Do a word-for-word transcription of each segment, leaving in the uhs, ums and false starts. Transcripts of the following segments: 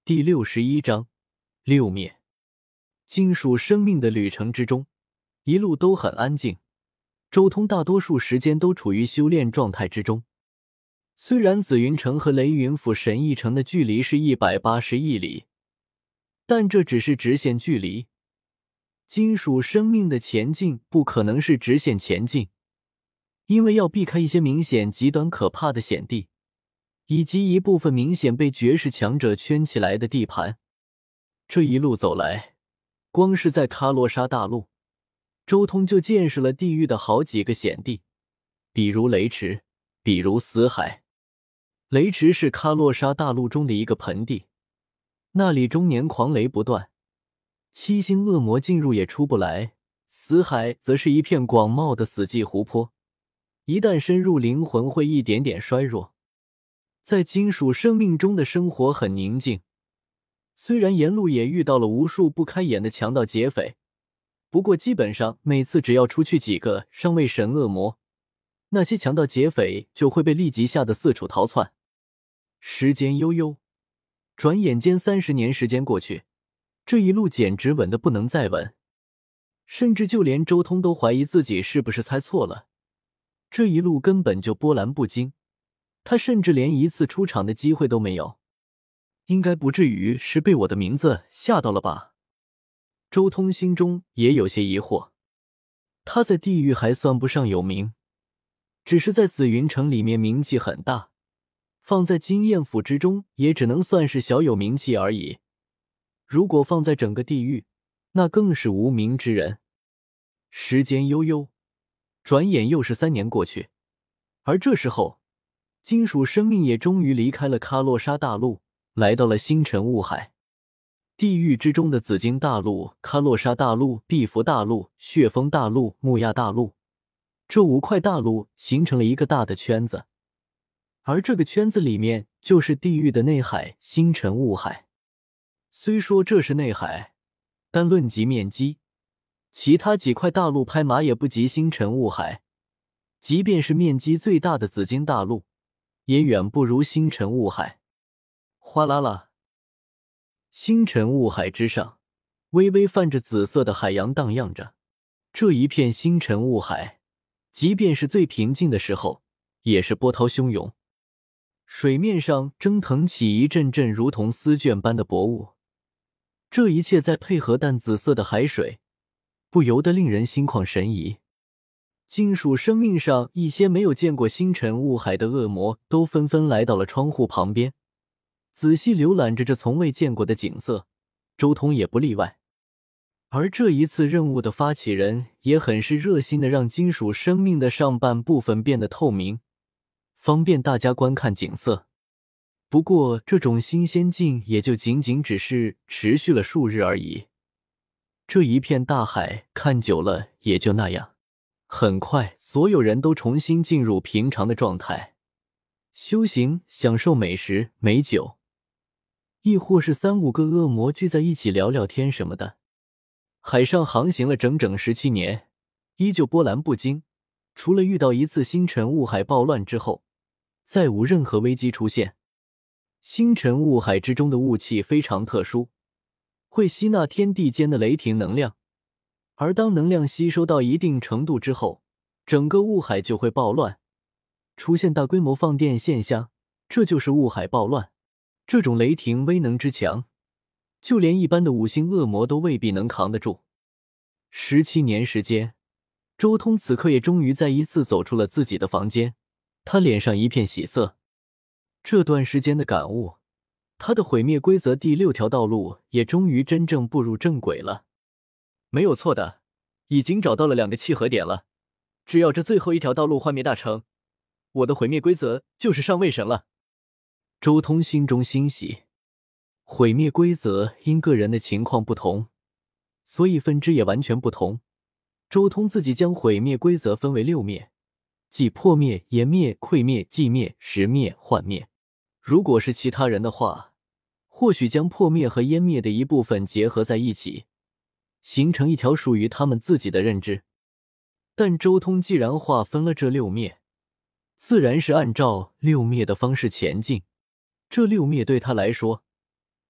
第六十一章六灭。金属生命的旅程之中，一路都很安静，周通大多数时间都处于修炼状态之中。虽然紫云城和雷云府神翼城的距离是一百八十亿里，但这只是直线距离，金属生命的前进不可能是直线前进，因为要避开一些明显极端可怕的险地，以及一部分明显被绝世强者圈起来的地盘。这一路走来，光是在喀洛沙大陆，周通就见识了地狱的好几个险地，比如雷池，比如死海。雷池是喀洛沙大陆中的一个盆地，那里终年狂雷不断，七星恶魔进入也出不来。死海则是一片广袤的死寂湖泊，一旦深入，灵魂会一点点衰弱。在金属生命中的生活很宁静，虽然沿路也遇到了无数不开眼的强盗劫匪，不过基本上每次只要出去几个上位神恶魔，那些强盗劫匪就会被立即吓得四处逃窜。时间悠悠，转眼间三十年时间过去，这一路简直稳得不能再稳，甚至就连周通都怀疑自己是不是猜错了，这一路根本就波澜不惊，他甚至连一次出场的机会都没有。应该不至于是被我的名字吓到了吧？周通心中也有些疑惑。他在地狱还算不上有名，只是在紫云城里面名气很大，放在金焰府之中也只能算是小有名气而已。如果放在整个地狱，那更是无名之人。时间悠悠，转眼又是三年过去，而这时候金属生命也终于离开了喀洛沙大陆，来到了星辰雾海。地狱之中的紫金大陆、喀洛沙大陆、壁符大陆、血峰大陆、木亚大陆，这五块大陆形成了一个大的圈子，而这个圈子里面就是地狱的内海星辰雾海。虽说这是内海，但论及面积，其他几块大陆拍马也不及星辰雾海，即便是面积最大的紫金大陆，也远不如星辰雾海。哗啦啦，星辰雾海之上，微微泛着紫色的海洋荡漾着。这一片星辰雾海，即便是最平静的时候，也是波涛汹涌。水面上蒸腾起一阵阵如同丝绢般的薄雾，这一切再配合淡紫色的海水，不由得令人心旷神怡。金属生命上一些没有见过星辰雾海的恶魔都纷纷来到了窗户旁边，仔细浏览着这从未见过的景色，周通也不例外。而这一次任务的发起人也很是热心的让金属生命的上半部分变得透明，方便大家观看景色。不过这种新鲜劲也就仅仅只是持续了数日而已，这一片大海看久了也就那样。很快所有人都重新进入平常的状态，修行、享受美食、美酒，亦或是三五个恶魔聚在一起聊聊天什么的。海上航行了整整十七年，依旧波澜不惊，除了遇到一次星辰雾海暴乱之后，再无任何危机出现。星辰雾海之中的雾气非常特殊，会吸纳天地间的雷霆能量，而当能量吸收到一定程度之后，整个雾海就会暴乱，出现大规模放电现象，这就是雾海暴乱。这种雷霆威能之强，就连一般的五星恶魔都未必能扛得住。十七年时间，周通此刻也终于再一次走出了自己的房间，他脸上一片喜色。这段时间的感悟，他的毁灭规则第六条道路也终于真正步入正轨了。没有错的，已经找到了两个契合点了，只要这最后一条道路幻灭大成，我的毁灭规则就是上位神了。周通心中欣喜。毁灭规则因个人的情况不同，所以分支也完全不同。周通自己将毁灭规则分为六灭，即破灭、湮灭、溃灭、寂灭、蚀灭、幻灭。如果是其他人的话，或许将破灭和湮灭的一部分结合在一起，形成一条属于他们自己的认知。但周通既然划分了这六灭，自然是按照六灭的方式前进。这六灭对他来说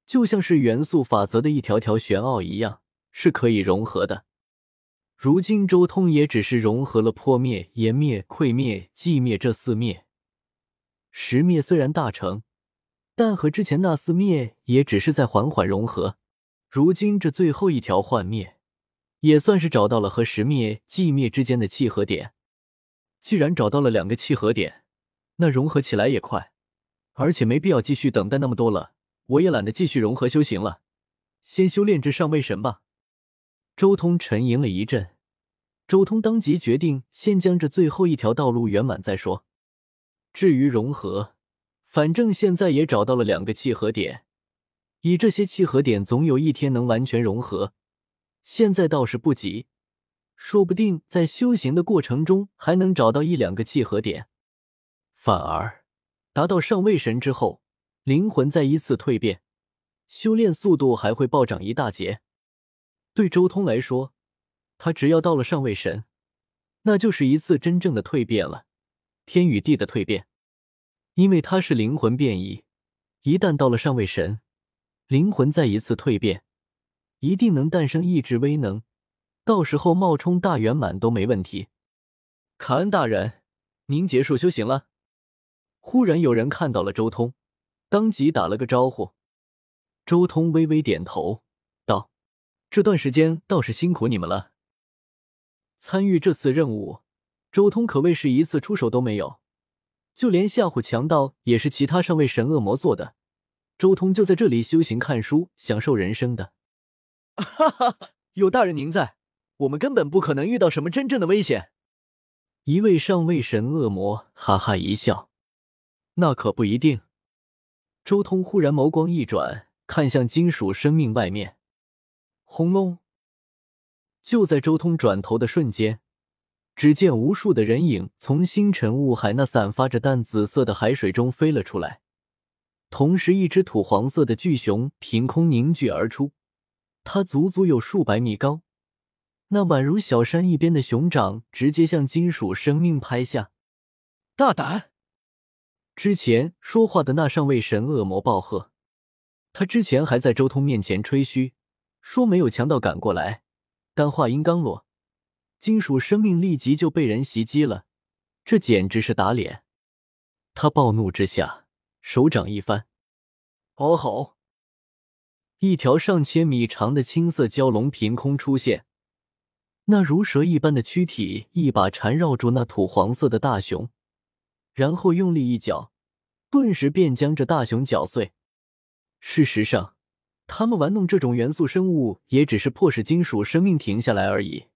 就像是元素法则的一条条玄奥一样，是可以融合的。如今周通也只是融合了破灭、炎灭、溃灭、寂灭这四灭。十灭虽然大成，但和之前那四灭也只是在缓缓融合。如今这最后一条幻灭，也算是找到了和十灭、寂灭之间的契合点。既然找到了两个契合点，那融合起来也快，而且没必要继续等待那么多了。我也懒得继续融合修行了，先修炼至上位神吧。周通沉吟了一阵，周通当即决定先将这最后一条道路圆满再说。至于融合，反正现在也找到了两个契合点，以这些契合点总有一天能完全融合，现在倒是不急，说不定在修行的过程中还能找到一两个契合点。反而达到上位神之后，灵魂再一次蜕变，修炼速度还会暴涨一大截。对周通来说，他只要到了上位神，那就是一次真正的蜕变了，天与地的蜕变。因为他是灵魂变异，一旦到了上位神，灵魂再一次蜕变，一定能诞生意志威能，到时候冒充大圆满都没问题。卡恩大人，您结束修行了？忽然有人看到了周通，当即打了个招呼。周通微微点头道，这段时间倒是辛苦你们了。参与这次任务，周通可谓是一次出手都没有，就连吓唬强盗也是其他上位神恶魔做的，周通就在这里修行看书，享受人生的。哈哈，有大人您在，我们根本不可能遇到什么真正的危险。一位上位神恶魔哈哈一笑，那可不一定。周通忽然眸光一转，看向金属生命外面。轰隆！就在周通转头的瞬间，只见无数的人影从星辰雾海那散发着淡紫色的海水中飞了出来，同时一只土黄色的巨熊凭空凝聚而出，它足足有数百米高，那宛如小山一边的熊掌直接向金属生命拍下。大胆！之前说话的那上位神恶魔暴喝，他之前还在周通面前吹嘘，说没有强盗赶过来，但话音刚落，金属生命立即就被人袭击了，这简直是打脸。他暴怒之下，手掌一翻，嗷吼！一条上千米长的青色蛟龙凭空出现，那如蛇一般的躯体一把缠绕住那土黄色的大熊，然后用力一搅，顿时便将这大熊搅碎。事实上，他们玩弄这种元素生物也只是迫使金属生命停下来而已。